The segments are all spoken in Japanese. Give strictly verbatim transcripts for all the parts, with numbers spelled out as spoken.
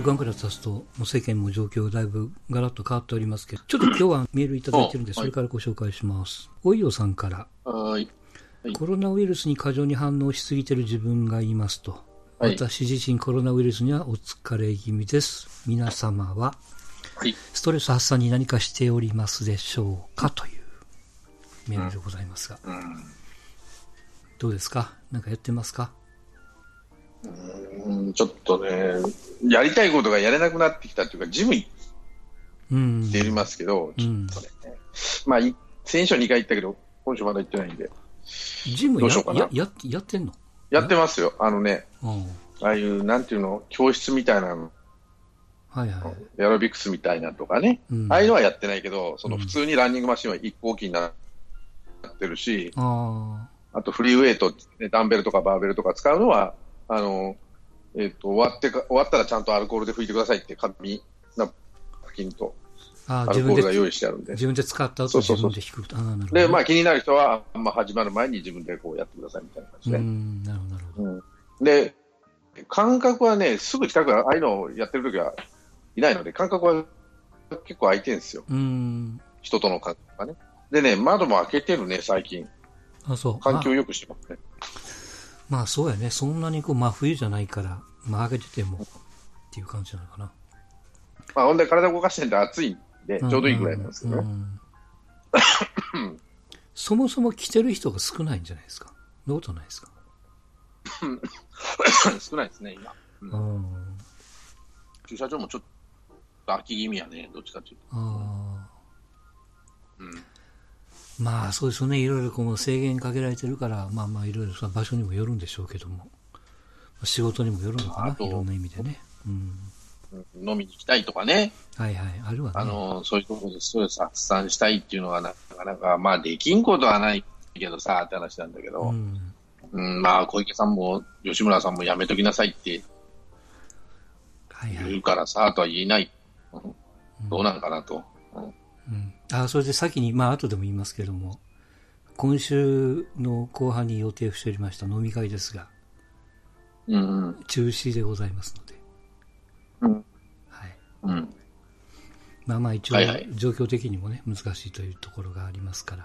週間くらい経つと、もう世間も状況だいぶガラッと変わっておりますけど、ちょっと今日はメールいただいてるんで、それからご紹介します。おいよさんから、 はい。はい、 コロナウイルスに過剰に反応しすぎている自分がいますと。はい、私自身コロナウイルスにはお疲れ気味です。皆様は、ストレス発散に何かしておりますでしょうかというメールでございますが。うんうん、どうですか？なんかやってますか？ うーんちょっとね、やりたいことがやれなくなってきたというか、ジム行っていますけど、うん、ちょっとね、まあ、先週にかい行ったけど、今週まだ行ってないんで、 ジム や, どうしようかな。 や, や, やってんの？ やってますよ。あのね、 うん、 ああいう、なんていうの、教室みたいなの、 はいはい、 エアロビクスみたいなとかね、うん、ああいうのはやってないけど、その普通にランニングマシンは一個大きになってるし、うん、あ, あとフリーウェイト、ダンベルとかバーベルとか使うのは、あの、えっと、終わってか、終わったらちゃんとアルコールで拭いてくださいって紙、ナプキンとアルコールが用意してあるんで。 自分で使った後自分で引く。 そうそうそう。あ、なるほどね。で、まあ気になる人は、まあ始まる前に自分でこうやってくださいみたいな感じで。 うん、なるほど、なるほど。 うん、で、感覚はね、すぐ近く、ああいうのをやってる時はいないので、感覚は結構空いてるんですよ。 うん。 人との感覚がね。でね、窓も開けてるね、最近。 あ、そう。 環境を良くしてますね。 まあ、まあ、そうやね。そんなにこう、真冬じゃないから、まあ開けててもっていう感じなのかな。 まあ、ほんで体動かしてるんで暑いんで、ちょうどいいぐらいなんですけどね。 うん、そもそも来てる人が少ないんじゃないですか。そんなことないですか。 少ないですね、今。うん、駐車場もちょっと空き気味やね、どっちかというと。あ、 うん、まあそうですよね。いろいろこの制限かけられてるから、まあまあいろいろ場所にもよるんでしょうけども、仕事にもよるのかな、いろんな意味でね。うん、 飲みに行きたいとかね。 はいはい、あるわね。 あの、そういうところでストレス発散したいっていうのはなかなか、まあできんことはないけどさ、って話なんだけど、うんうん、まあ小池さんも吉村さんもやめときなさいって言うからさ、はいはい、とは言えない。うん、どうなのかなと。うんうん、 あ、それで先に、まあ後でも言いますけども、今週の後半に予定しておりました飲み会ですが、うんうん、中止でございますので。うん、はい。うん、まあまあ一応、状況的にもね、難しいというところがありますから。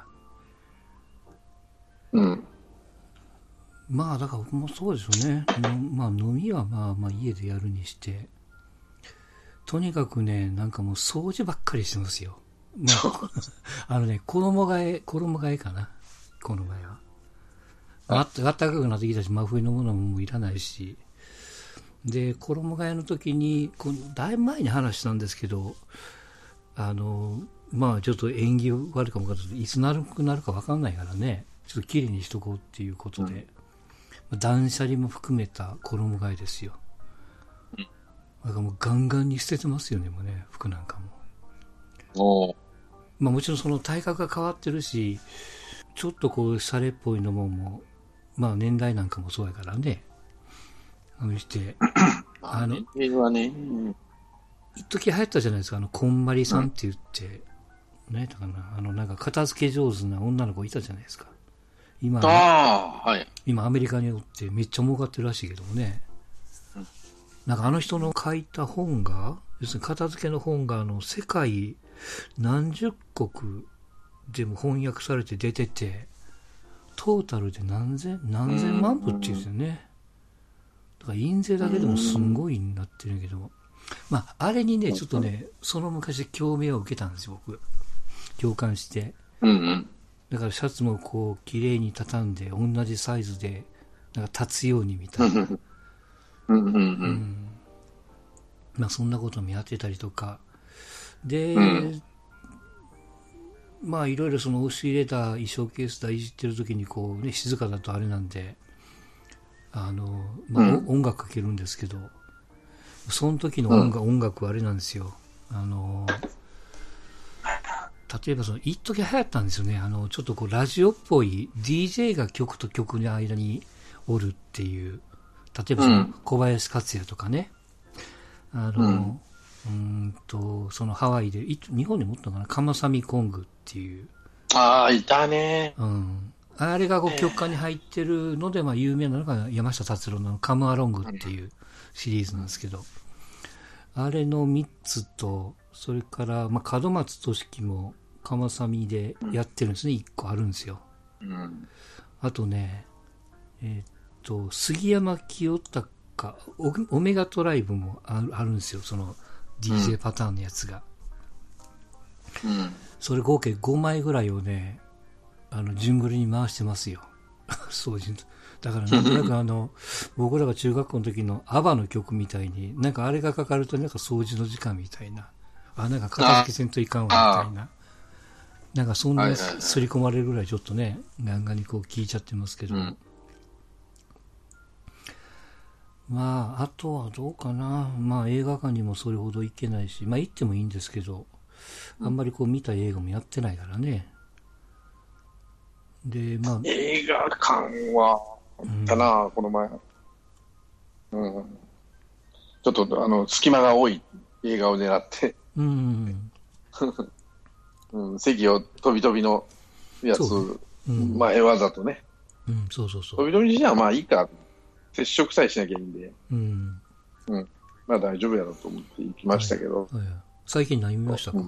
うん。 まあだから僕もそうですよね。まあ飲みはまあまあ家でやるにして、とにかくね、なんかもう掃除ばっかりしてますよ。まあ、あのね、衣替え、衣替えかな。この場合は。あったかくなってきたし、真冬のものももういらないし。で、衣替えの時に、このだいぶ前に話したんですけど、あの、まあちょっと縁起悪いかもわからない。いつなるくなるかわかんないからね、ちょっときれいにしとこうっていうことで、うん、断捨離も含めた衣替えですよ。うん、だからもうガンガンに捨ててますよね、もうね、服なんかも。おまあもちろんその体格が変わってるし、ちょっとこう、シャレっぽいのももう、まあ年代なんかもそうやからね。あのして、 あの、年齢はね、 一時流行ったじゃないですか、あの、こんまりさんって言って、うん、何やったかな、あの、なんか片付け上手な女の子いたじゃないですか。今、 あはい、 今アメリカにおってめっちゃ儲かってるらしいけどもね。うん、なんかあの人の書いた本が、要するに片付けの本が、あの、世界何十国でも翻訳されて出てて、トータルで何千、何千万部っていうんですよね。だから印税だけでもすんごいになってるけども。まあ、あれにね、ちょっとね、その昔興味を受けたんですよ、僕。共感して。うんうん、だからシャツもこう、綺麗に畳んで、同じサイズで、なんか立つようにみたいな。うんうんうん、まあ、そんなこともやってたりとか。で、うん、まあ、いろいろその押し入れた衣装ケースだいじってる時にこうね、静かだとあれなんで、あの、まあ、うん、音楽かけるんですけど、その時の音楽、うん、音楽はあれなんですよ。あの、例えばその、一時流行ったんですよね。あの、ちょっとこう、ラジオっぽい ディージェー が曲と曲の間におるっていう、例えばその、小林克也とかね。あの、うん、うんと、そのハワイで、日本にもおったのかな、カマサミコングっていう。 ああ、いたね。 うん。あれがこう曲間に入ってるので、まあ有名なのが山下達郎のカムアロングっていうシリーズなんですけど、 あれのみっつと、それから、まあ、門松俊樹も、かまさみでやってるんですね。いっこあるんですよ。 うん、 あとね、えー、っと、杉山清隆、オ、オメガトライブもある、あるんですよ。その ディージェー パターンのやつが。 うん。 それ合計ごまいぐらいをね、あの、順繰りに回してますよ。掃除。だからなんとなくあの、僕らが中学校の時のアバの曲みたいに、なんかあれがかかるとなんか掃除の時間みたいな。あ、なんか片付けせんといかんわみたいな。なんかそんなすり込まれるぐらいちょっとね、ガンガンにこう聞いちゃってますけど。うん、まあ、あとはどうかな。まあ映画館にもそれほど行けないし、まあ行ってもいいんですけど、あんまりこう見た映画もやってないからね。で、まあ。 映画館は、あったな、うん、この前。うん。ちょっと、あの、隙間が多い映画を狙って。うん。うん、席を飛び飛びのやつ、うん、まあ、わざとね。 うん、そうそうそう。 飛び飛びにじゃまあいいか。接触さえしなきゃいいんで。うん。うん。まあ大丈夫やろうと思って行きましたけど。はいはい、 最近何見ましたか？うん、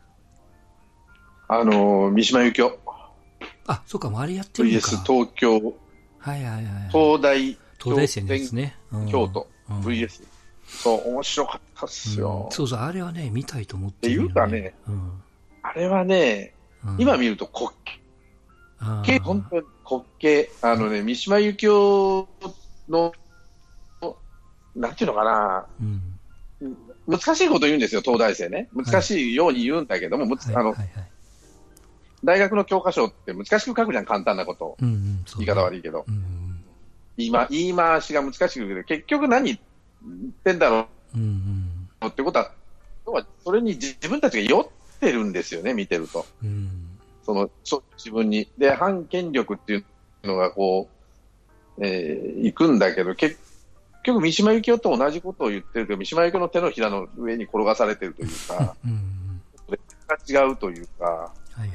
あのー、三島由紀夫。 あ、そうか、あれやってるのか。 ブイエス 東京。 はいはいはい。 東大。 東大生のやつね。 うん、京都。うん、ブイエス。そう、面白かったっすよ、 うん。そうそう、あれはね、見たいと思ってる、 ね。っていうかね、うん、あれはね、うん、今見ると滑稽、本当に滑稽。あのね、うん、三島由紀夫の、なんていうのかな、うん、難しいこと言うんですよ、東大生ね。難しいように言うんだけども、はい、あの、はいはいはい、大学の教科書って難しく書くじゃん、簡単なこと。うんうん、言い方悪いけど。うんうん、言いま、言い回しが難しく書くけど、結局何言ってんだろう、うんうん、ってことは、要はそれに自分たちが酔ってるんですよね、見てると。うん、そのそ自分に。で、反権力っていうのがこう、えー、行くんだけど、結局三島由紀夫と同じことを言ってるけど、三島由紀夫の手のひらの上に転がされてるというか、うん、それが違うというか、はいはい、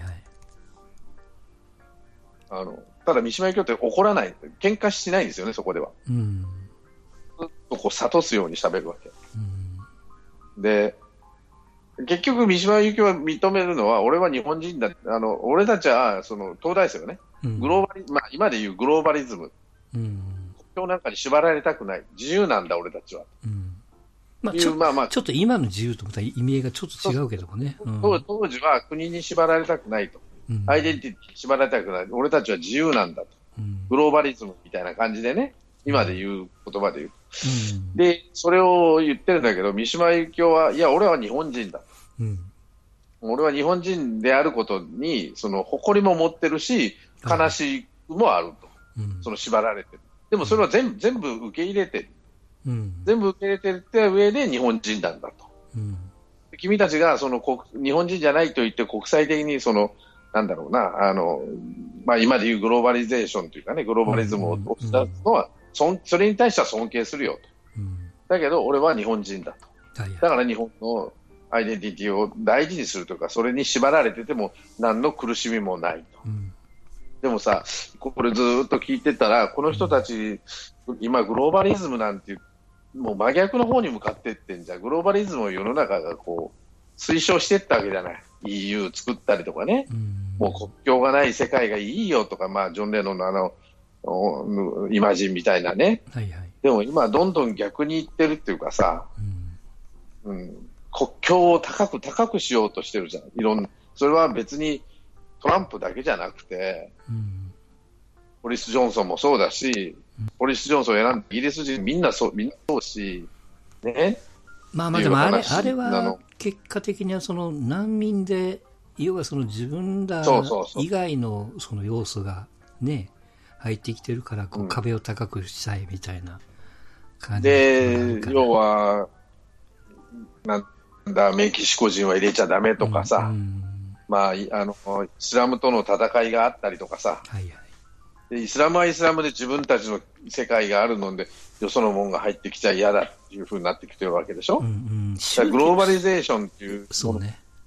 あのただ三島由紀夫って怒らない、喧嘩しないんですよね、そこでは。うん、ずっとこう諭すように喋るわけ。うん、で、結局三島由紀夫は認めるのは、俺は日本人だ、あの俺たちはその東大生はね、うん、グローバリ、まあ、今でいうグローバリズム、うん、国境なんかに縛られたくない、自由なんだ俺たちは、うん、 まあ、ちょ、まあまあ、ちょっと今の自由とまた意味合いがちょっと違うけどもね、 うん、当時は国に縛られたくないと、うん、アイデンティティに縛られたくない、俺たちは自由なんだと、うん、グローバリズムみたいな感じでね、今で言う言葉で言う、うん、でそれを言ってるんだけど、三島由紀夫はいや俺は日本人だ、うん、俺は日本人であることにその誇りも持ってるし、悲しくもあると、うん、その縛られてる。でもそれは全部、うん、全部受け入れてる、うん、全部受け入れてるって上で日本人なんだと、うん、君たちがその国日本人じゃないと言って国際的にそのなんだろうな、あの、まあ、今でいうグローバリゼーションというかね、グローバリズムを押し出すのは、そんそれに対しては尊敬するよと、うん、だけど俺は日本人だと、はいはい、だから日本のアイデンティティを大事にするというか、それに縛られてても何の苦しみもないと、うん、でもさ、これずっと聞いてたら、この人たち、うん、今グローバリズムなんていうもう真逆の方に向かっていってんじゃん。グローバリズムを世の中がこう推奨していったわけじゃない。 イーユー 作ったりとかね、うん、もう国境がない世界がいいよとか、まあ、ジョン・レノンのあのイマジンみたいなね、はいはい、でも今どんどん逆にいってるっていうかさ、うんうん、国境を高く高くしようとしてるじゃん。いろんな、それは別にトランプだけじゃなくて、うん、ボリス・ジョンソンもそうだし、うん、ボリス・ジョンソンを選んでイギリス人みんなそう、みんなそうし、ね。 まあまあでもあれ、あれは結果的にはその難民で、要はその自分ら以外のその要素がね、入ってきてるからこう壁を高くしたいみたいな感じで、要は、なんだ、メキシコ人は入れちゃダメとかさ、うんうん、まあ、あの、イスラムとの戦いがあったりとかさ、はいはい、でイスラムはイスラムで自分たちの世界があるので、よそのもんが入ってきちゃ嫌だっていう風になってきてるわけでしょ、うんうん、だからグローバリゼーションっていう、 そうね、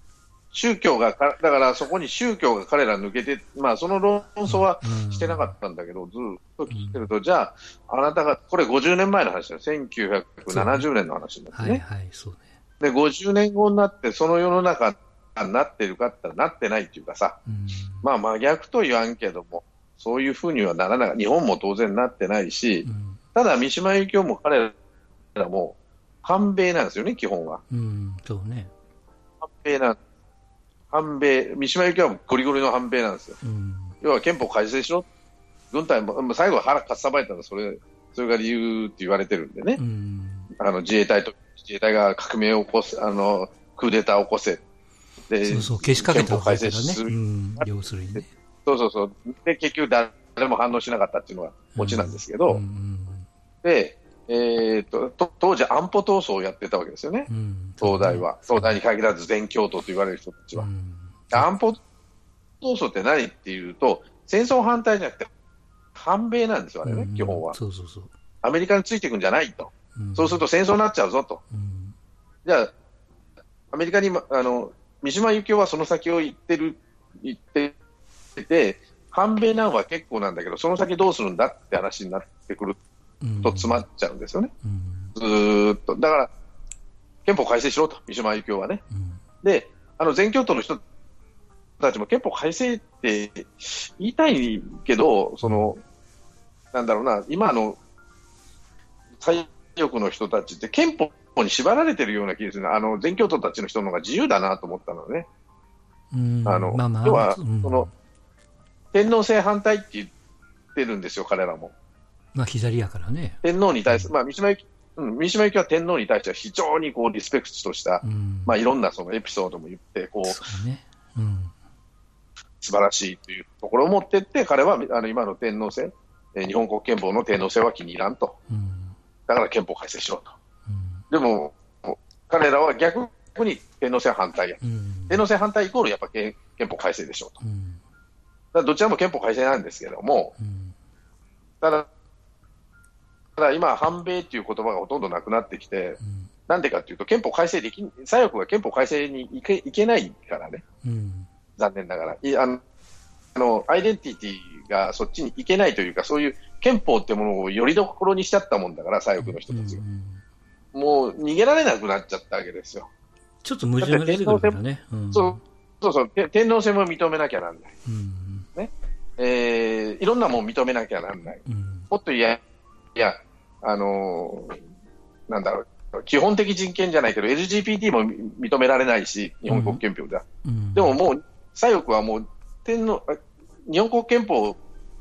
宗教がか、だからそこに宗教が彼ら抜けて、まあその論争はしてなかったんだけど、ずっと聞いてると、じゃあ、あなたが、これごじゅうねんまえの話だよ。せんきゅうひゃくななじゅうねんの話なんですね。 はいはい、そうね。 で、ごじゅうねんごになって、その世の中になってるかって言ったらなってないっていうかさ、うん、まあ真逆と言わんけども、そういうふうにはならない。日本も当然なってないし、うん、ただ三島由紀夫も彼らも反米なんですよね、基本は。 うん、そうね。 反米なん反米、三島由紀夫はゴリゴリの反米なんですよ。うん、要は憲法改正しろ。軍隊も、最後は腹かっさばいたのそれ、それが理由って言われてるんでね。うん、あの自衛隊と、自衛隊が革命を起こす、あの、クーデターを起こせ。で、 そうそう、けしかけたわけだからね。うん、要するにね。 そうそうそう。で、結局誰も反応しなかったっていうのがオチなんですけど、うんうん、で、えーと、と、当時安保闘争をやってたわけですよね。うん、東大は。東大に限らず全教徒と言われる人たちは。うん、安保闘争って何っていうと、戦争反対じゃなくて、反米なんですよ、あれね、うん、基本は。 そうそうそう。 アメリカについていくんじゃないと。うん、そうすると戦争になっちゃうぞと。うん、じゃあ、アメリカに、あの、三島由紀夫はその先を言ってる、言ってて、反米なんは結構なんだけど、その先どうするんだって話になってくると詰まっちゃうんですよね。うん、ずーっと。だから、憲法改正しろと、三島由紀夫はね。うん、で、あの、全教徒の人たちも憲法改正って言いたいけど、その、なんだろうな、今の左翼の人たちって憲法に縛られてるような気がするな。あの、全教徒たちの人の方が自由だなと思ったのね。うん、あの、まあまあ、要は、うん、その、天皇制反対って言ってるんですよ、彼らも。 まあ、左やからね。 天皇に対する、まあ、三島由紀、うん、三島由紀は天皇に対しては非常にこう、リスペクトとした、うん、まあ、いろんなそのエピソードも言って、こう、 そうね。うん、 素晴らしいというところを持ってって、彼は、あの、今の天皇制、えー、日本国憲法の天皇制は気に入らんと。うん、だから憲法改正しろと。うん、でも、彼らは逆に天皇制反対や。うん、天皇制反対イコールやっぱ憲法改正でしょうと。うん、だからどちらも憲法改正なんですけども、うん、ただ、ただ今、反米っていう言葉がほとんどなくなってきて、な、うんでかっていうと、憲法改正でき、左翼が憲法改正にいけ、いけないからね、うん、残念ながらいあの、あの、アイデンティティがそっちにいけないというか、そういう憲法ってものをよりどころにしちゃったもんだから、左翼の人たちが。うんうん、もう逃げられなくなっちゃったわけですよ。 ちょっと矛盾が出てくるからね。うん、 そうそうそう、天皇制も認めなきゃなんない。うんねえー、いろんなもん認めなきゃなんない。うん、もっといや、いや、あのー、なんだろう、基本的人権じゃないけど、エルジービーティー も認められないし、日本国憲法では。うん、でももう、左翼はもう、天皇、日本国憲法、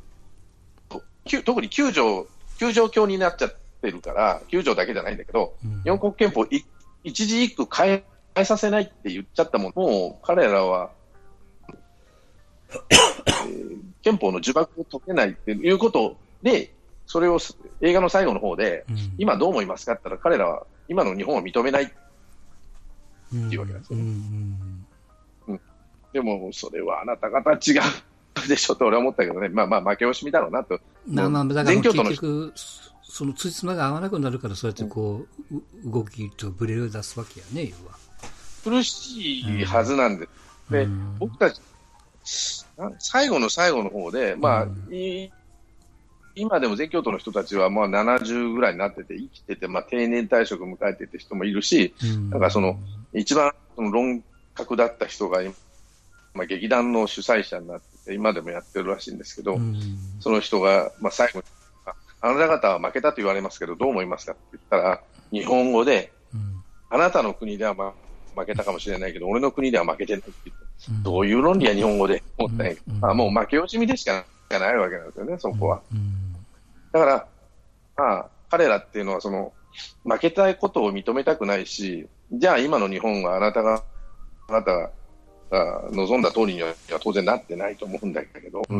特にきゅう条、きゅう条教になっちゃってるから、きゅう条だけじゃないんだけど、うん、日本国憲法い一字一句変え、変えさせないって言っちゃったもん、もう彼らは、えー、憲法の呪縛を解けないっていうことで、それを映画の最後の方で、うん、今どう思いますかって言ったら、彼らは今の日本を認めないっていうわけなんですよね。うんうんうん、でも、それはあなた方違うでしょと俺は思ったけどね、まあまあ負け惜しみだろうなと。 まあまあ、だから結局、そのつじつまが合わなくなるから、そうやってこう、うん、動きとブレを出すわけやね、要は。 苦しいはずなんです。うん、で、うん、僕たち、最後の最後の方で、まあ、うん、い今でも全教徒の人たちはまあななじゅうぐらいになってて、生きてて、まあ、定年退職を迎えてて人もいるし、うん、なんかその、一番その論客だった人が今、まあ、劇団の主催者になってて、今でもやってるらしいんですけど、うん、その人が、まあ、最後に、あなた方は負けたと言われますけど、どう思いますかって言ったら、日本語で、うん、あなたの国では、まあ、負けたかもしれないけど、俺の国では負けてないって言って、うん、どういう論理や日本語で思ったんやけど、うんまあ、もう負け惜しみでしかないわけなんですよね、そこは。うんうん、だから、まあ、彼らっていうのはその、負けたいことを認めたくないし、じゃあ今の日本はあなたが、あなたが望んだ通りには当然なってないと思うんだけど、うん、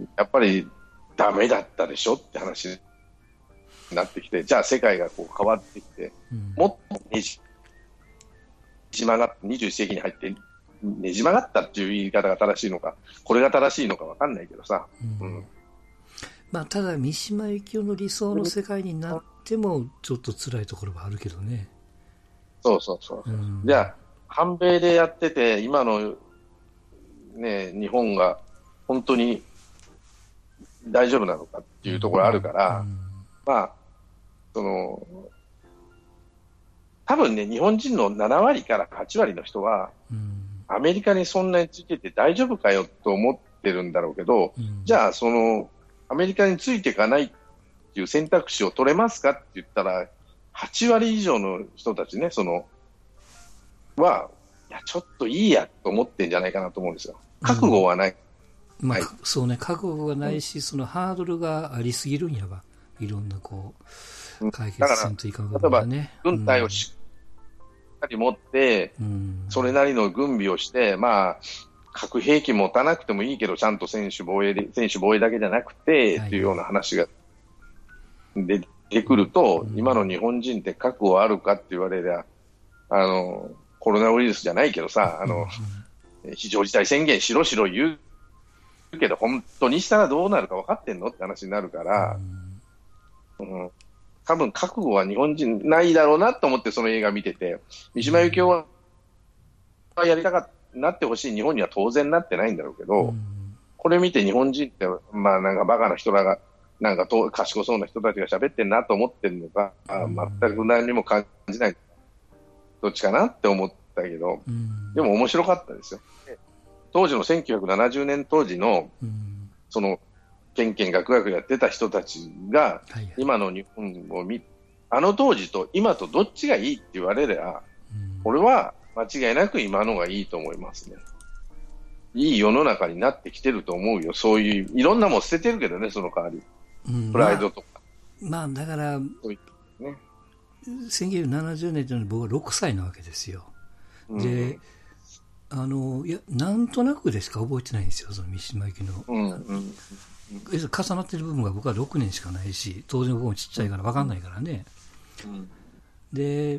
やっぱりダメだったでしょって話になってきて、じゃあ世界がこう変わってきて、うん、もっとねじ曲がって、にじゅういっ世紀に入ってねじ曲がったっていう言い方が正しいのか、これが正しいのか分かんないけどさ。うんうん、 まあ、ただ三島由紀夫の理想の世界になってもちょっと辛いところはあるけどね。 そうそうそう。うん、じゃあ反米でやってて、今の、ね、日本が本当に大丈夫なのかっていうところあるから、うんうん、まあ、その、多分ね、日本人のななわりからはちわりの人は、うん、アメリカにそんなについてて大丈夫かよと思ってるんだろうけど、うん、じゃあ、その、アメリカについていかないっていう選択肢を取れますかって言ったら、はちわり以上の人たちね、その、は、いや、ちょっといいやと思ってんじゃないかなと思うんですよ。覚悟はない。 うん、まあ、 はい、 そうね、覚悟がないし、うん、そのハードルがありすぎるんやば。いろんなこう、解決せんといかん部分がね。 例えば、軍隊をしっかり持って、うん、それなりの軍備をして、まあ、核兵器持たなくてもいいけど、ちゃんと専守防衛で、専守防衛だけじゃなくて、はい、っていうような話が出てくると、うん、今の日本人って覚悟あるかって言われりゃ、あの、コロナウイルスじゃないけどさ、あの、うん、非常事態宣言しろしろ言うけど、本当にしたらどうなるか分かってんのって話になるから、うんうん、多分覚悟は日本人ないだろうなと思ってその映画見てて、三島由紀夫はやりたかなってほしい日本には当然なってないんだろうけど、うん、これ見て日本人って、まあなんかバカな人らが、なんかと賢そうな人たちが喋ってんなと思ってるのか、うん、全く何にも感じない。どっちかなって思ったけど、うん、でも面白かったですよ。当時のせんきゅうひゃくななじゅうねん当時の、うん、その、ケンケンガクガクやってた人たちが、はい、今の日本を見、あの当時と今とどっちがいいって言われれば、うん、俺は間違いなく今のがいいと思いますね。いい世の中になってきてると思うよ。そういう、いろんなもん捨ててるけどね、その代わり。うん、プライドとか。 まあ、まあ、だから、そういうね。せんきゅうひゃくななじゅうねんというのは僕はろくさいなわけですよ。うん、で、あの、いや、なんとなくでしか覚えてないんですよ、その三島由紀の。うんうん、重なってる部分が僕はろくねんしかないし、当然僕もちっちゃいから分かんないからね。うん、で、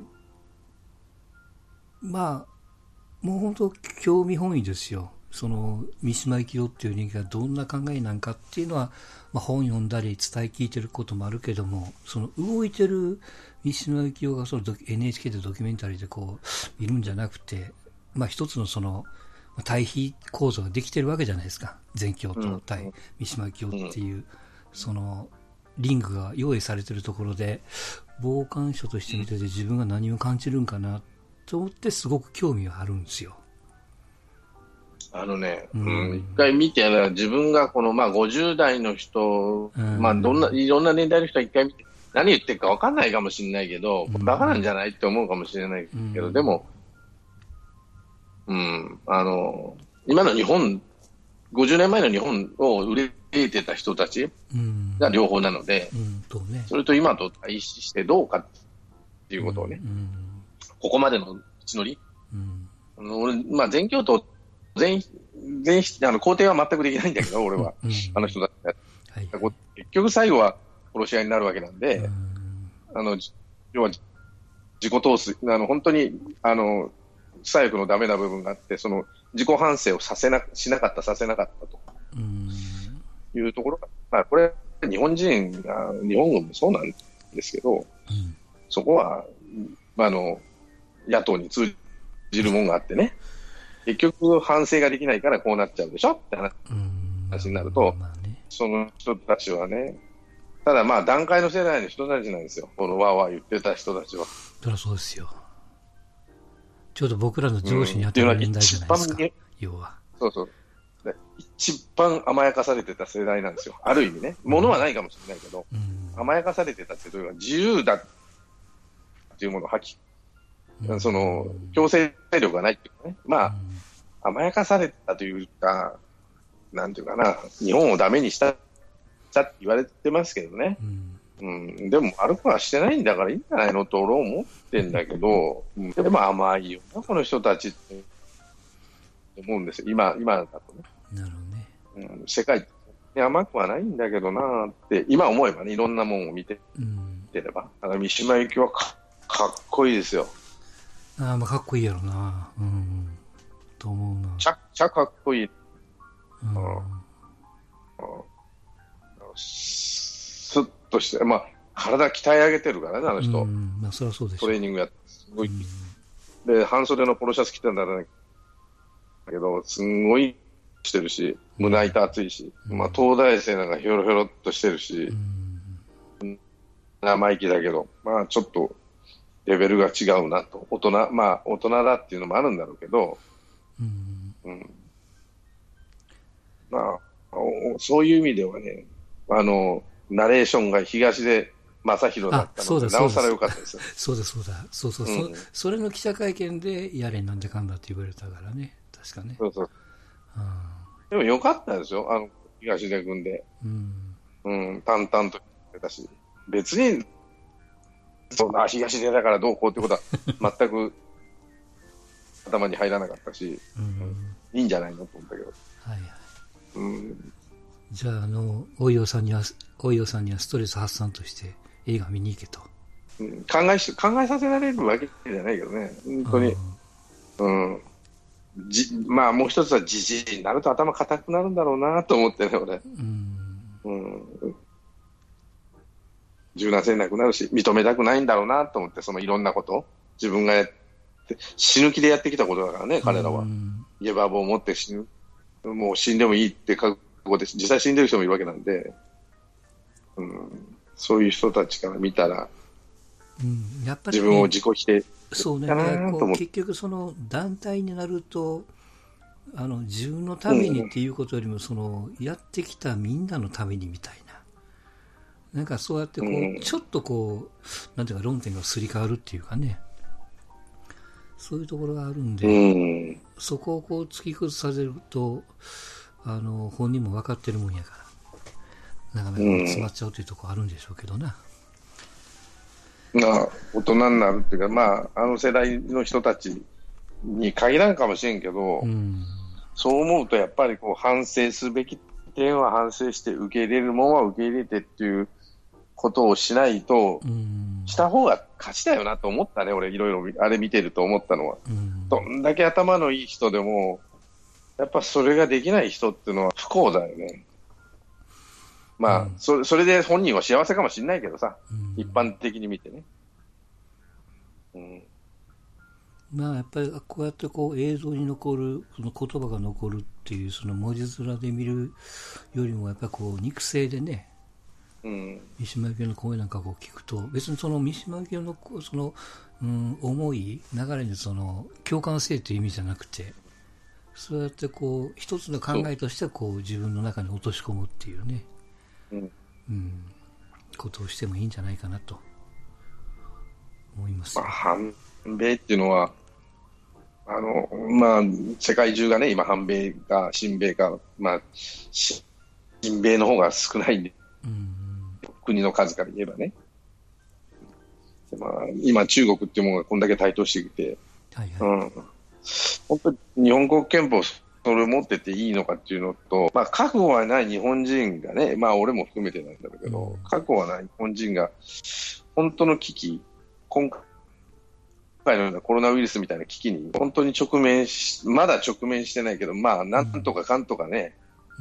まあ、もう本当興味本位ですよ。その三島由紀夫っていう人間がどんな考えなんかっていうのは、まあ、本読んだり伝え聞いてることもあるけども、その動いてる三島由紀夫がその エヌエイチケー でドキュメンタリーでこう見るんじゃなくて、まあ、一つのその対比構造ができてるわけじゃないですか。全教と対三島由紀夫っていうそのリングが用意されてるところで、傍観者として見てて自分が何を感じるんかなと思ってすごく興味があるんですよ。 あのね、うん、一回見て、自分がこの、まあ、ごじゅう代の人、うん、まあ、どんな、いろんな年代の人は一回見て、何言ってるか分かんないかもしれないけど、うん、バカなんじゃないって思うかもしれないけど、うん、でも、うん、あの、今の日本、ごじゅうねんまえの日本を憂えてた人たちが両方なので、うんうんね、それと今と対比してどうかっていうことをね、うん、ここまでの道のり、うん、俺、まあ、全教徒全、全否、あの、肯定は全くできないんだけど、俺は。うん、あの人だって、はい。結局最後は殺し合いになるわけなんで、うん、あの、要は、自己通す、あの、本当に、あの、左翼のダメな部分があって、その、自己反省をさせな、しなかった、させなかったと。うん、いうところが、まあ、これ、日本人が、日本語もそうなんですけど、うん、そこは、あの、野党に通じるもんがあってね、結局反省ができないからこうなっちゃうでしょって話になると、まあね、その人たちはね、ただまあ段階の世代の人たちなんですよ、このわーわー言ってた人たちは。 そりゃそうですよ。ちょうど僕らの上司に当たる年代じゃないですか、うん、要は。そうそう。 一番甘やかされてた世代なんですよ。ある意味ね。物はないかもしれないけど、うん、甘やかされてたっていうのは自由だっていうものを吐き、うん、その、強制力がないっていうかね。まあ、うん、甘やかされたというか、なんていうかな、日本をダメにしたって言われてますけどね。うん、うん、でも悪くはしてないんだからいいんじゃないのと俺は思ってんだけど、うん、でも甘いよな、この人たちって思うんですよ。今、今だとね。なるほどね。うん、世界って甘くはないんだけどなって、今思えばね、いろんなものを見て、うん、てれば。だから三島由紀夫は か, かっこいいですよ。 ああ、まあかっこいいやろな。うん。と思うな。 ちゃ、ちゃかっこいい。うん。うん、スッとして、まあ、体鍛え上げてるからね、あの人。うん、まあ、そりゃそうでしょ。トレーニングやって、すごい。うん、 で、半袖のポロシャツ着てたんだけど、すんごいしてるし、胸板厚いし、うん、まあ、東大生なんかひょろひょろっとしてるし、うん、生意気だけど、まあ、ちょっとレベルが違うなと。大人、まあ、大人だっていうのもあるんだろうけど、うんうん、まあ、そういう意味ではね、あの、ナレーションが東出正宏だったので、なおさら良かったですよ。 そうだそうだ。そうそう、うん、そ。それの記者会見で、やれなんでかんだって言われたからね。確かね。 そうそう。うん、でも良かったですよ、あの、東出君で。うん。うん、淡々と言ってたし。別に、そうな、東出だからどうこうってことは、全く頭に入らなかったし、うん、いいんじゃないのと思ったけど。はいはい。うん、 じゃあ、あの、大洋さんには、大洋さんにはストレス発散として映画見に行けと。 うん、考えし、考えさせられるわけじゃないけどね、本当に。うん。うん、じまあ、もう一つはじじいになると頭固くなるんだろうなと思ってね、俺。うん。うん。柔軟性なくなるし、認めたくないんだろうなと思って、そのいろんなこと、自分がやって、死ぬ気でやってきたことだからね、彼らは。ゲバ棒を持って死ぬ。もう死んでもいいって覚悟で、実際死んでる人もいるわけなんで、うん、そういう人たちから見たら、うん、やっぱりね、自分を自己否定そうね、こう結局その団体になると、あの自分のためにっていうことよりも、そのやってきたみんなのためにみたいな、なんかそうやってこう、うん、ちょっとこうなんていうか論点がすり替わるっていうかね、そういうところがあるんで、うん、そこをこう突き崩されると、あの本人も分かってるもんやから、なかなか詰まっちゃうというところあるんでしょうけどな。 まあ、大人になるっていうか、まあ、あの世代の人たちに限らんかもしれんけど、うん、そう思うとやっぱりこう反省すべき点は反省して、受け入れるものは受け入れてっていうことをしないと、うん、した方が勝ちだよなと思ったね、俺、いろいろあれ見てると思ったのは、うん。どんだけ頭のいい人でも、やっぱそれができない人っていうのは不幸だよね。まあ、うん、そ, それで本人は幸せかもしれないけどさ、うん、一般的に見てね。 うん、まあやっぱりこうやってこう映像に残る、その言葉が残るっていう、その文字面で見るよりもやっぱりこう肉声でね、うん、三島由紀夫の声なんかこう聞くと、別にその三島由紀夫のその、うん、思い流れにその共感性という意味じゃなくて、そうやってこう一つの考えとしてこう自分の中に落とし込むっていうね、うんうん、ことをしてもいいんじゃないかなと思います、 まあ、反米っていうのはあの、まあ、世界中がね今反米か親米か、まあ、親米の方が少ないんで、うん、国の数から言えばね、まあ、今中国っていうものがこんだけ台頭してきて、はいはい、うん、本当に日本国憲法それを持ってていいのかっていうのと、まあ、覚悟はない日本人がね、まあ俺も含めてなんだろうけど、うん、覚悟はない日本人が本当の危機、今回のようなコロナウイルスみたいな危機に本当に直面し、まだ直面してないけど、まあなんとかかんとかね、うん、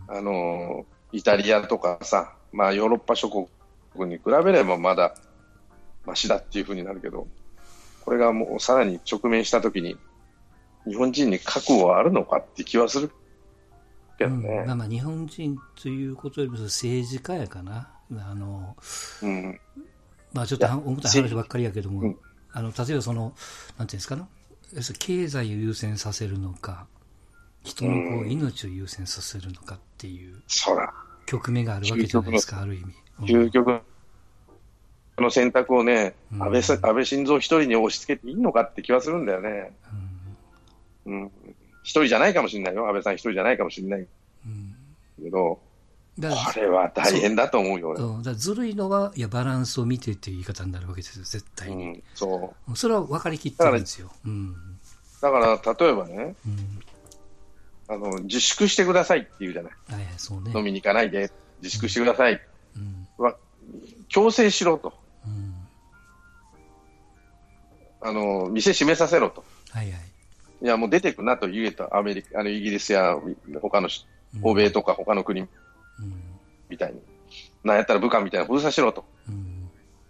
あのイタリアとかさ、まあヨーロッパ諸国に比べればまだマシだっていう風になるけど、これがもうさらに直面したときに日本人に覚悟はあるのかって気はするけどね。 うん、まあまあ日本人ということよりも政治家やかな。あの、うん、まあちょっと重たい話ばっかりやけども、うん、あの例えばそのなんていうんですかね、経済を優先させるのか、人のこう命を優先させるのかっていう局面があるわけじゃないですか、ある意味。 究極の選択をね、うん、安倍、安倍晋三一人に押し付けていいのかって気はするんだよね。うん、一人じゃないかもしれないよ、安倍さん一人じゃないかもしれないけど、うん、これは大変だと思うよ、俺。 そうだからずるいのは、いや、バランスを見てっていう言い方になるわけですよ、絶対に。うん、そう。それは分かりきってるんですよ。うん、 だから、例えばね、うん、あの、自粛してくださいって言うじゃない。はい、そうね。飲みに行かないで、自粛してください。うん、強制しろと。うん、あの、店閉めさせろと。はいはい。いや、もう出てくなと言えと、アメリカ、あのイギリスや他の、うん、欧米とか他の国みたいに、うん、なんやったら武漢みたいな封鎖しろと、うん、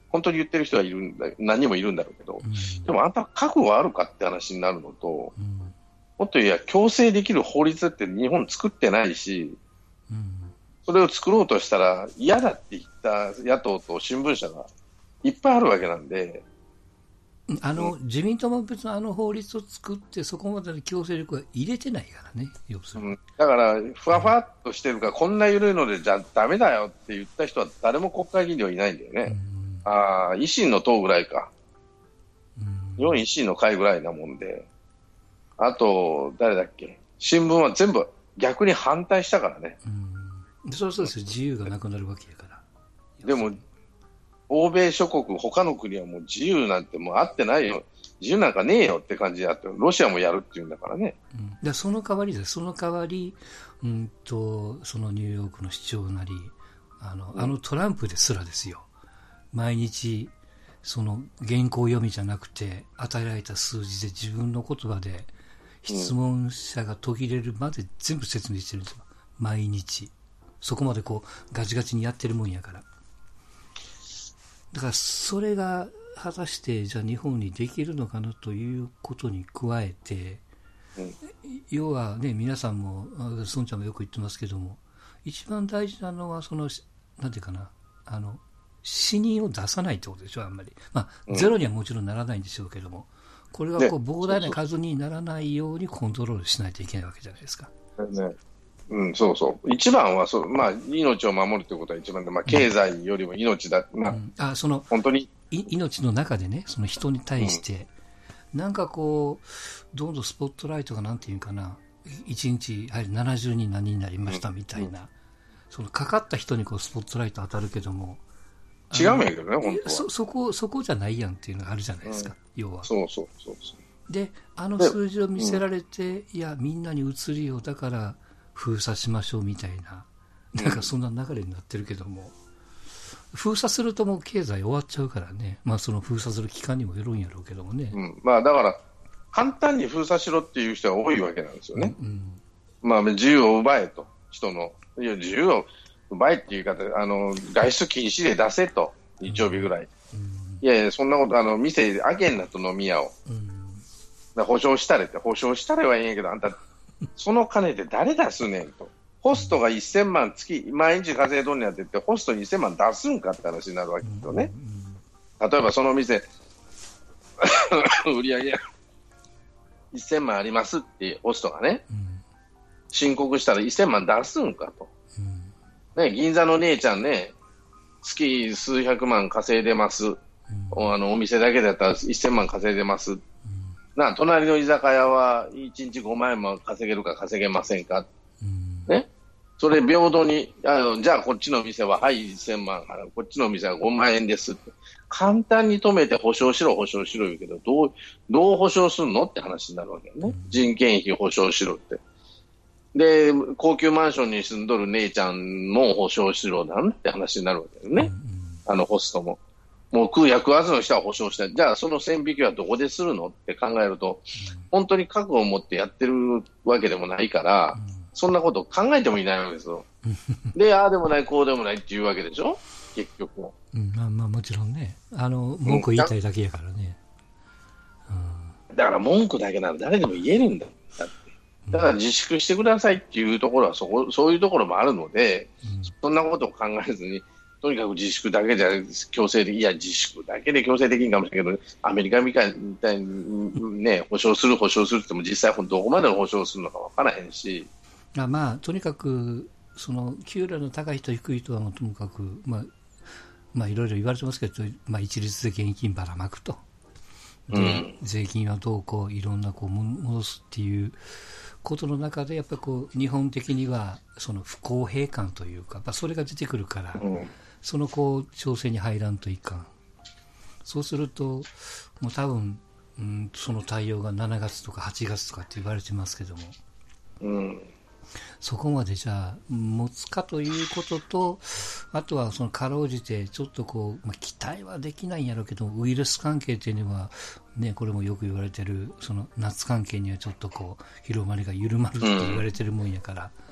本当に言ってる人はいるんだ、何人もいるんだろうけど、うん、でもあんた覚悟あるかって話になるのと、うん、もっと言えば強制できる法律って日本作ってないし、うん、それを作ろうとしたら嫌だって言った野党と新聞社がいっぱいあるわけなんで、 あの、うん、自民党も別にあの法律を作ってそこまでの強制力は入れてないからね、要するに、うん、 だからふわふわっとしてるから、うん、こんな緩いのでじゃダメだよって言った人は誰も国会議員ではいないんだよね、うん、あ維新の党ぐらいか、うん、日本維新の会ぐらいなもんで、あと誰だっけ、新聞は全部逆に反対したからね、 うん、そうそうですよ、自由がなくなるわけやから。 でも欧米諸国、他の国はもう自由なんてもうあってないよ、自由なんかねえよって感じであって、ロシアもやるっていうんだからね。 うん、でその代わりです、その代わり、うんと、そのニューヨークの市長なり、あの、うん、あのトランプですらですよ、毎日、その原稿読みじゃなくて、与えられた数字で自分の言葉で、質問者が途切れるまで全部説明してるんですよ、毎日。そこまでこう、ガチガチにやってるもんやから。だからそれが果たしてじゃあ日本にできるのかなということに加えて、うん、要はね、皆さんも孫ちゃんもよく言ってますけども、一番大事なのはそのなんていうかな、あの死人を出さないってことでしょ、あんまり、まあ、うん、ゼロにはもちろんならないんでしょうけども、これがこう膨大な数にならないようにコントロールしないといけないわけじゃないですか。 ね、うん、そうそう。一番はそう、まあ、命を守るということが一番で、まあ、経済よりも命だ、うん、まあ、 あ、その本当に命の中でね、その人に対して、うん、なんかこう、どんどんスポットライトがなんていうかな、いちにちやはりななじゅうにん何人になりましたみたいな、うんうん、そのかかった人にこうスポットライト当たるけども、 違うんやけどね、本当は。 そ、そこ、そこじゃないやんっていうのがあるじゃないですか、うん、要は。 そうそうそうそう。 で、あの数字を見せられて、いや、みんなに移るよ、だから、封鎖しましょうみたいな、なんかそんな流れになってるけども、うん、封鎖するともう経済終わっちゃうからね、まあその封鎖する期間にもよるんやろうけどもね。 うん、まあだから、簡単に封鎖しろっていう人が多いわけなんですよね。うん、まあ自由を奪えと、人の、いや自由を奪えっていう言い方、あの、外出禁止令出せと、日曜日ぐらい。うんうん、いやいや、そんなこと、あの、店開けんなと飲み屋を。うん、だ保証したれって、保証したれはいいんやけど、あんた、その金で誰出すねんと。ホストがせんまん月、毎日稼いどんねやって言って、ホストにせんまん出すんかって話になるわけですよね。例えばその店、売り上げせんまんありますってホストがね、申告したらせんまん出すんかと。ね、銀座の姉ちゃんね、月数百万稼いでます。あのお店だけだったらせんまん稼いでます。な、隣の居酒屋はいちにちごまんえんも稼げるか稼げませんか、うんね、それ平等にあのじゃあこっちの店ははいせんまん払う、こっちの店はごまんえんですって簡単に止めて保証しろ保証しろ言うけど、どうどう保証するのって話になるわけよね、うん、人件費保証しろって。で高級マンションに住んどる姉ちゃんも保証しろなんて話になるわけよね、うんうん、あのホストももう食うや食わずの人は保証したい。じゃあその線引きはどこでするのって考えると、うん、本当に覚悟を持ってやってるわけでもないから、うん、そんなこと考えてもいないわけですよ。で、ああでもないこうでもないっていうわけでしょ結局は、 うん、まあまあもちろんね、あの文句言いたいだけやからね、 うん、だから文句だけなら誰でも言えるんだって。だから自粛してくださいっていうところはそこそういうところもあるので、うん、そんなことを考えずにとにかく自粛だけじゃ強制的、いや自粛だけで強制的にかもしれないけど、アメリカみたいにね、保証する保証するっても実際どこまでの保証するのか分からへんし、 あまあとにかくその給料の高い人低い人はともかくまあまあいろいろ言われてますけど、まあ一律で現金ばらまくと、で、うん、税金はどうこういろんなこう戻すっていうことの中でやっぱりこう日本的にはその不公平感というか、まあ、それが出てくるから。うん、そのこう調整に入らんといかん。そうするともう多分、うん、その対応がしちがつとかはちがつとかって言われてますけども、うん、そこまでじゃあ持つかということと、あとはそのかろうじてちょっとこう、まあ、期待はできないんやろうけどウイルス関係っていうのはね、これもよく言われてるその夏関係にはちょっとこう広まりが緩まるって言われてるもんやから、うん、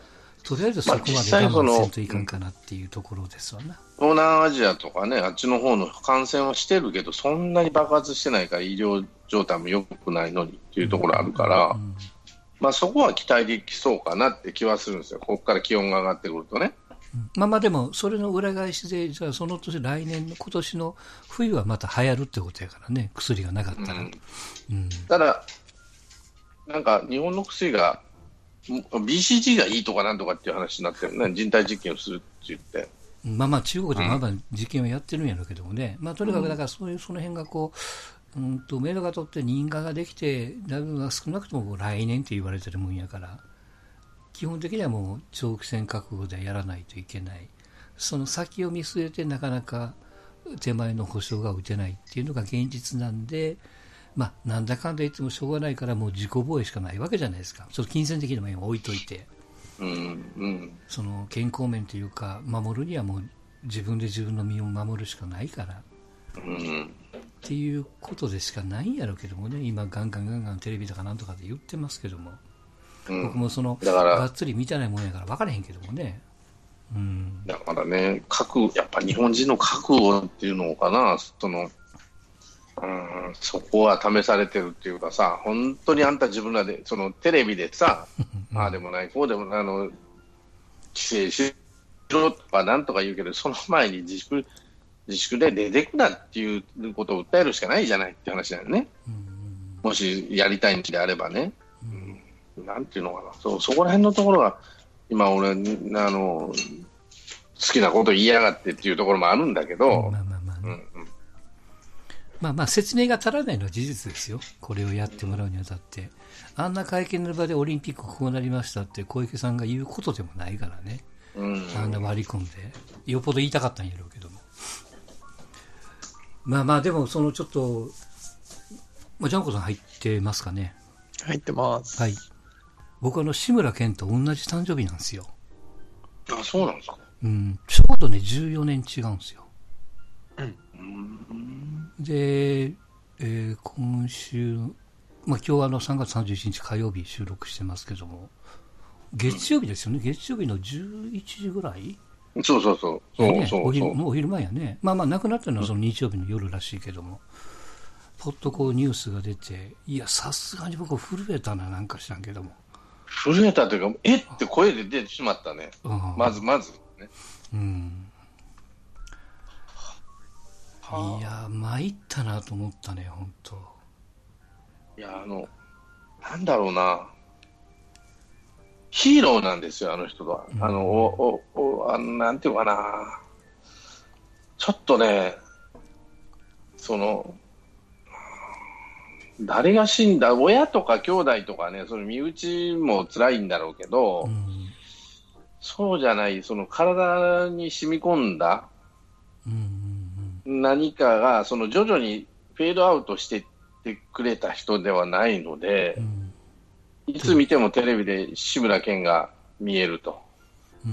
とりあえずそこまで我慢せんといかんかなっていうところですわな。 東南アジアとかね、あっちの方の感染はしてるけど、そんなに爆発してないから、医療状態も良くないのにっていうところあるから、うんうんうん、まあ、そこは期待できそうかなって気はするんですよ、ここから気温が上がってくるとね。 まあまあでも、それの裏返しで、じゃあその年、来年の今年の冬はまた流行るってことやからね、薬がなかったら。うんうん、ただ、なんか日本の薬が、ビーシージー がいいとかなんとかっていう話になってるね、人体実験をするって言って。 まあまあ、中国でまだ実験をやってるんやろうけどもね、うん、まあとにかくだからそういうその辺がこう、うんと、メドが取って人間ができて、だいぶ少なくとも来年って言われてるもんやから。基本的にはもう長期戦覚悟でやらないといけない。その先を見据えてなかなか手前の保証が打てないっていうのが現実なんで、まあなんだかんだ言ってもしょうがないからもう自己防衛しかないわけじゃないですか。ちょっと金銭的な面を置いといて。 うんうん、 その健康面というか守るにはもう自分で自分の身を守るしかないから。 うん、 っていうことでしかないんやろうけどもね。今ガンガンガンガンテレビとかなんとかで言ってますけども。うん、僕もそのがっつり見てないもんやから分からへんけどもね、うん、 だからね、覚やっぱ日本人の覚悟っていうのかな、その、うん、そこは試されてるっていうかさ、本当にあんた自分らでそのテレビでさ、うん、ああでもないこうでもない、あの規制しろとかなんとか言うけど、その前に自粛自粛で出てくなっていうことを訴えるしかないじゃないって話だよね、うん、もしやりたいんであればね。なんていうのかな、そ、そこら辺のところが今俺あの好きなこと言いやがってっていうところもあるんだけど、まあまあまあ、ね、うんうん、 まあまあ説明が足らないのは事実ですよ。これをやってもらうにあたって、あんな会見の場でオリンピックこうなりましたって小池さんが言うことでもないからね、うんうん、あんな割り込んでよっぽど言いたかったんやろうけども、まあまあでもそのちょっと、まあ、ジャンコさん入ってますかね。 入ってます。 はい。僕はあの志村けんと同じ誕生日なんですよ。 あ、そうなんですか。 うん、ちょうどねじゅうよねん違うんですよ。うん。で、えー、今週、まあ今日はあのさんがつさんじゅういちにち火曜日収録してますけども、月曜日ですよね。月曜日のじゅういちじぐらい。 そうそうそう。そうね、 そうそう。 お昼もうお昼前やね。まあまあ亡くなったのはその日曜日の夜らしいけども、ポッとこうニュースが出て、いやさすがに僕震えたな、なんか知らんけども。 震えたというか、えって声で出てしまったね。まずまず、ね。うん。 いや、参ったなと思ったね、本当。 いや、あの、なんだろうな。ヒーローなんですよ、あの人は。うん、あの、お、お、お、あの、なんていうかな。ちょっとね、その、誰が死んだ、親とか兄弟とかね、その身内も辛いんだろうけど、うん、そうじゃない、その体に染み込んだ何かが、その徐々にフェードアウトしていってくれた人ではないので、うん、いつ見てもテレビで志村けんが見えると。 うん、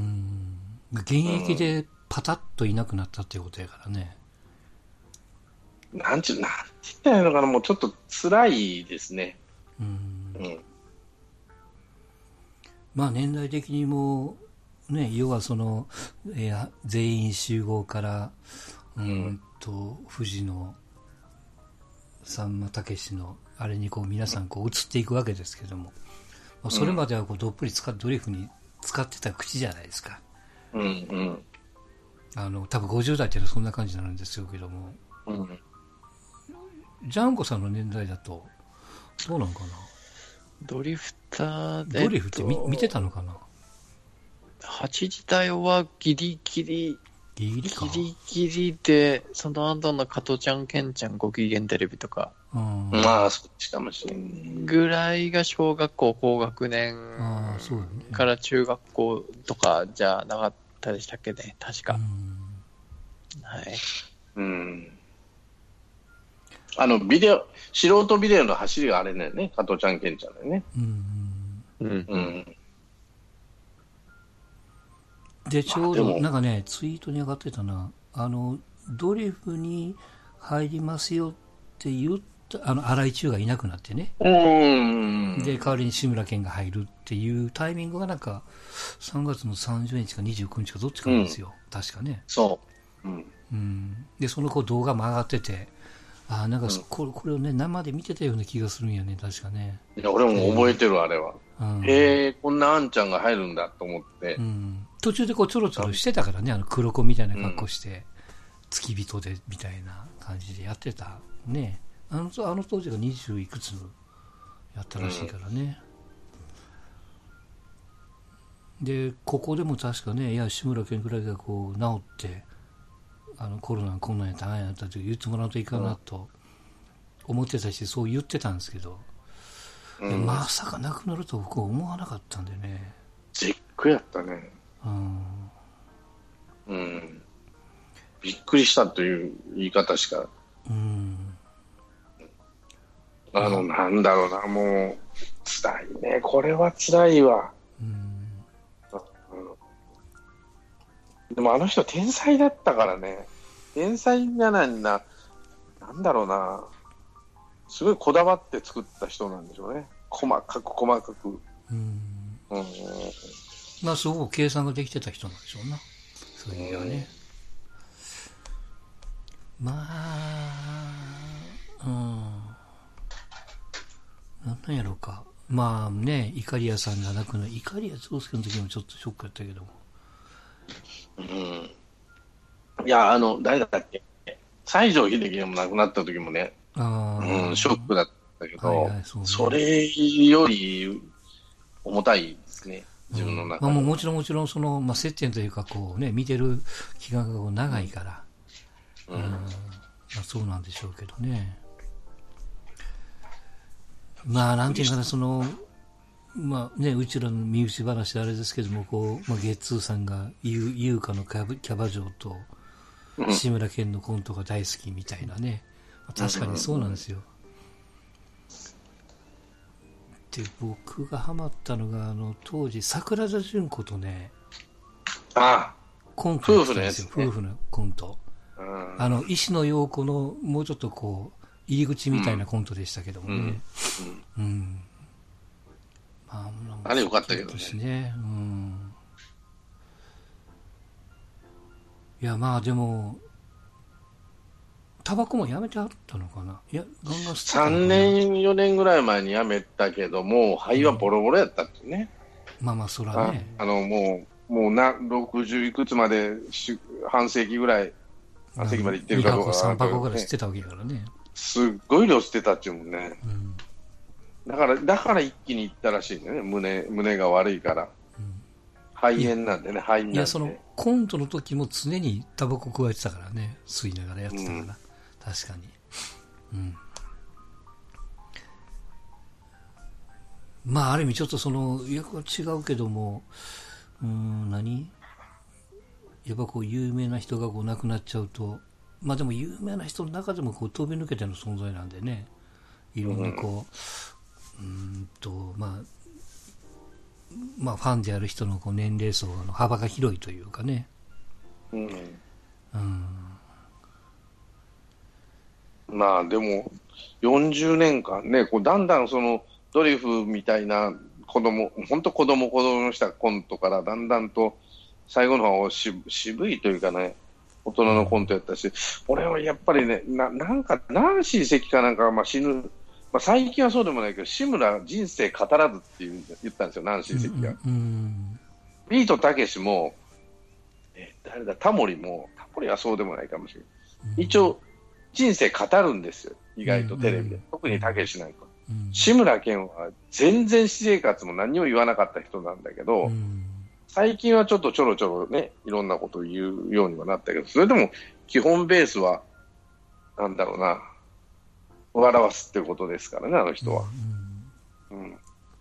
現役でパタッといなくなったっていうことやからね。 なんちゅう、なんて言ったらいいのかな、もうちょっと辛いですね。うん。うん、 まあ年代的にも、ね、要はその、えー、全員集合から、うんと、うん、藤野、さんま武史の、あれにこう皆さんこう移っていくわけですけども、まあ、それまではこうどっぷり使っドリフに使ってた口じゃないですか。うんうん。あの、多分ごじゅう代っていうのはそんな感じになるんですけども、うん。ジャンコさんの年代だとどうなんかな。 ドリフターでドリフって 見, 見てたのかな。 はちじ台はギリギリギリギリかギリギリで、その後の加トちゃんケンちゃんご機嫌テレビとか、 うん、まあそっちかもしれんぐらいが小学校高学年から中学校とかじゃなかったでしたっけね、確か。うん、はい。うん。 あのビデオ、素人ビデオの走りがあれね、ね、加トちゃんケンちゃんだよね。うん。うん。うん。 で、ちょうどなんかね、ツイートに上がってたな、あの、ドリフに入りますよって言っあの、荒井中がいなくなってね。 うん。 で、代わりに志村けんが入るっていうタイミングがなんか、さんがつのさんじゅうにちかにじゅうくにちかどっちかなんですよ。うん、確かね。 そう。うん。 うん。で、その子動画も上がってて、ああ、なんか、うん、これ、これをね、生で見てたような気がするんやね、確かね。 いや、俺も覚えてる、あれは。うん、へえ、こんなあんちゃんが入るんだと思って。 うん。途中でこう、ちょろちょろしてたからね、あの、黒子みたいな格好して、うん、付き人で、みたいな感じでやってた。ね。あの、あの当時がにじゅういくつやったらしいからね。うん、で、ここでも確かね、いや、志村けんぐらいがこう、治って、あの、コロナこんなんやったらあんやったって言ってもらうといかんなと思ってたし、そう言ってたんですけど、うん、まさか亡くなると僕は思わなかったんでね。 絶句やったね。うん。うん。びっくりしたという言い方しか。うん。あの、なんだろうな、もう、辛いね。これは辛いわ。うん。でもあの人天才だったからね。天才じゃないな。なんだろうな。すごいこだわって作った人なんでしょうね。細かく細かく。うん。うん、 まあ、すごく計算ができてた人なんでしょうな。そういう意味ではね。うん、まあ、うん。なんなんやろうか。まあね、イカリアさんが亡くなる。イカリア長介の時もちょっとショックやったけども。 うん。いや、あの、誰だったっけ、西城秀樹が亡くなった時もね、あ、うん、ショックだったけど、はいはい、 そ, ね、それより重たいですね、自分の中で、 うん、まあ、もちろんもちろんその、まあ、接点というかこう、ね、見てる期間が長いから、うんうん、まあ、そうなんでしょうけどね。まあ、なんていうかな、その、まあね、うちらの身内話であれですけども、こう、まあ、ゲッツーさんが優香のキャバ嬢と志村けんのコントが大好きみたいなね、まあ、確かにそうなんですよ。で、僕がハマったのが、あの、当時、桜田淳子とね、 ああ、 コントやってたんですよ、夫婦のコント。あの、石野陽子のもうちょっとこう、入り口みたいなコントでしたけどもね。うん。うんうん、 まあ、あれよかったけどね。 ね、うん。いや、まあでも、タバコもやめてあったのかな。いや、ガンガン吸ってたのかな。 さんねん、よねんぐらい前にやめたけども、肺はボロボロやったってね。 うん、まあまあ、そらね。 あ, あの、もう、もうな、ろくじゅういくつまで、半世紀ぐらい、半世紀まで行ってるかどうか、 にはこさんぱこぐらい吸ってたわけだからね。 すっごい量吸ってたっちゅうもんね。うん、だから、だから一気に行ったらしいね。胸、胸が悪いから。うん、肺炎なんでね、肺炎なんで。 いや、その、コントの時も常にタバコ加えてたからね。吸いながらやってたから。うん、確かに。うん。まあ、ある意味ちょっとその、役は違うけども、うーん、何やっぱこう、有名な人がこう亡くなっちゃうと、まあでも有名な人の中でもこう飛び抜けての存在なんでね、いろんなこう、うん、うんと、まあ、まあファンである人のこう年齢層の幅が広いというかね。うん。 うん、まあでも、よんじゅうねんかんね、こうだんだんそのドリフみたいな子供、本当子供子供したコントからだんだんと最後の方し渋いというかね、大人のコントやったし、俺はやっぱりね、ななんか、ナンシー関かなんかはまあ死ぬ、まあ、最近はそうでもないけど、志村人生語らずっていう言ったんですよ、ナンシー関が。うんうん、ビートたけしも、え誰だ、タモリも、タモリはそうでもないかもしれない。うん、一応、人生語るんですよ、意外とテレビで。うんうん、特にたけしなんか。うん、志村けんは全然私生活も何も言わなかった人なんだけど、うん最近はちょっとちょろちょろね、いろんなことを言うようにはなったけど、それでも基本ベースは、なんだろうな、笑わすっていうことですからね、あの人は。うんうん、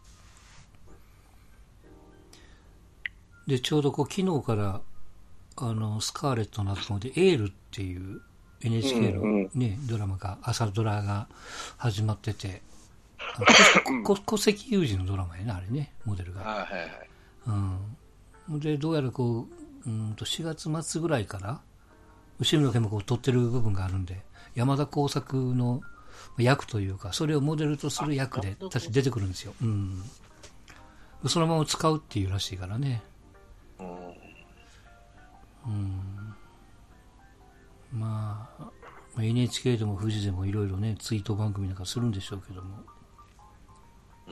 で、ちょうどこう昨日から、あの、スカーレットの後で、エールっていう エヌエイチケー の、ねうんうん、ドラマが、朝ドラが始まってて、戸籍有事のドラマやな、あれね、モデルが。はいはいはい。うんで、どうやらこう、うんとしがつ末ぐらいから、後ろの毛もこう撮ってる部分があるんで、山田耕作の役というか、それをモデルとする役で確か出てくるんですよ。うん。そのまま使うっていうらしいからね。うん。まあ、エヌエイチケー でも富士でもいろいろね、ツイート番組なんかするんでしょうけども。うん。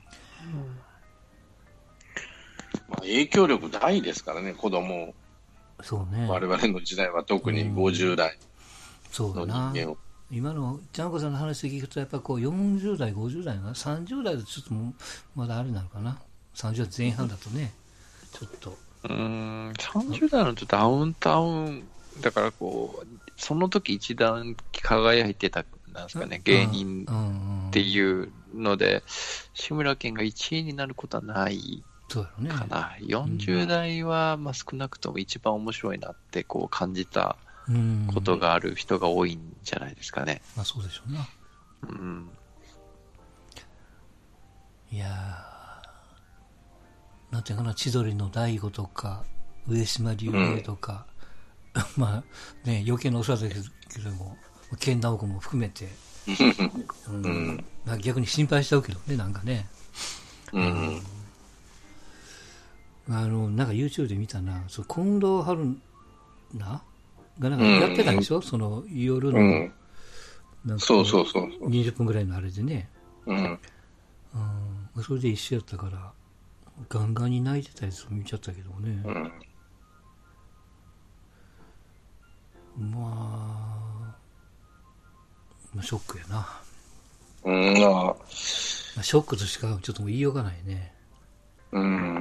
まあ、影響力大ですからね、子供。 そうね。 我々の時代は特にごじゅう代の人間を。 今のちゃんこさんの話で聞くと、やっぱこうよんじゅう代、ごじゅう代がさんじゅう代だとちょっともまだあれなのかな。さんじゅう代前半だとね、ちょっと。 うーん、さんじゅう代のとダウンタウン、だからこう、その時一段輝いてた、なんですかね、芸人っていうので、志村けんがいちいになることはないかな。ね、よんじゅう代は、まあ、少なくとも一番面白いなってこう感じたことがある人が多いんじゃないですかね。 まあそうでしょうな。 うん。 いやー、なんていうかな、千鳥の大悟とか、上島竜兵とか、うん、まあね、余計なお世話だけども、ケンナオコも含めて、うんうん、まあ逆に心配しちゃうけどね、なんかね。うん、あの、なんか YouTube で見たな、そう近藤春菜がなんかやってたでしょ、うん、その夜の、うん、 なんかそうそうそうそうにじゅっぷんぐらいのあれでね。 うん。 うん、それで一緒やったから、ガンガンに泣いてたやつを見ちゃったけどね。うん、まあ、ショックやな。 うん、まあ、 ショックとしかちょっともう言いようがないね。 うん。うん、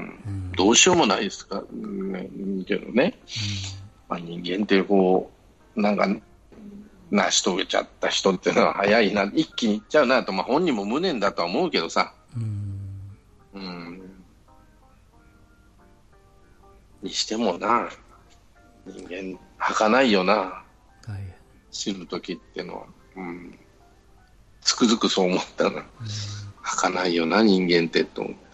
どうしようもないですか、ね、けどね。うん、まあ、人間ってこう、なんか、成し遂げちゃった人っていうのは早いな、一気にいっちゃうなと、まあ、本人も無念だとは思うけどさ。うん。うん。にしてもな、人間、儚いよな。はい。死ぬ時っていうのは。うん。つくづくそう思ったな。うん、儚いよな、人間ってと思う。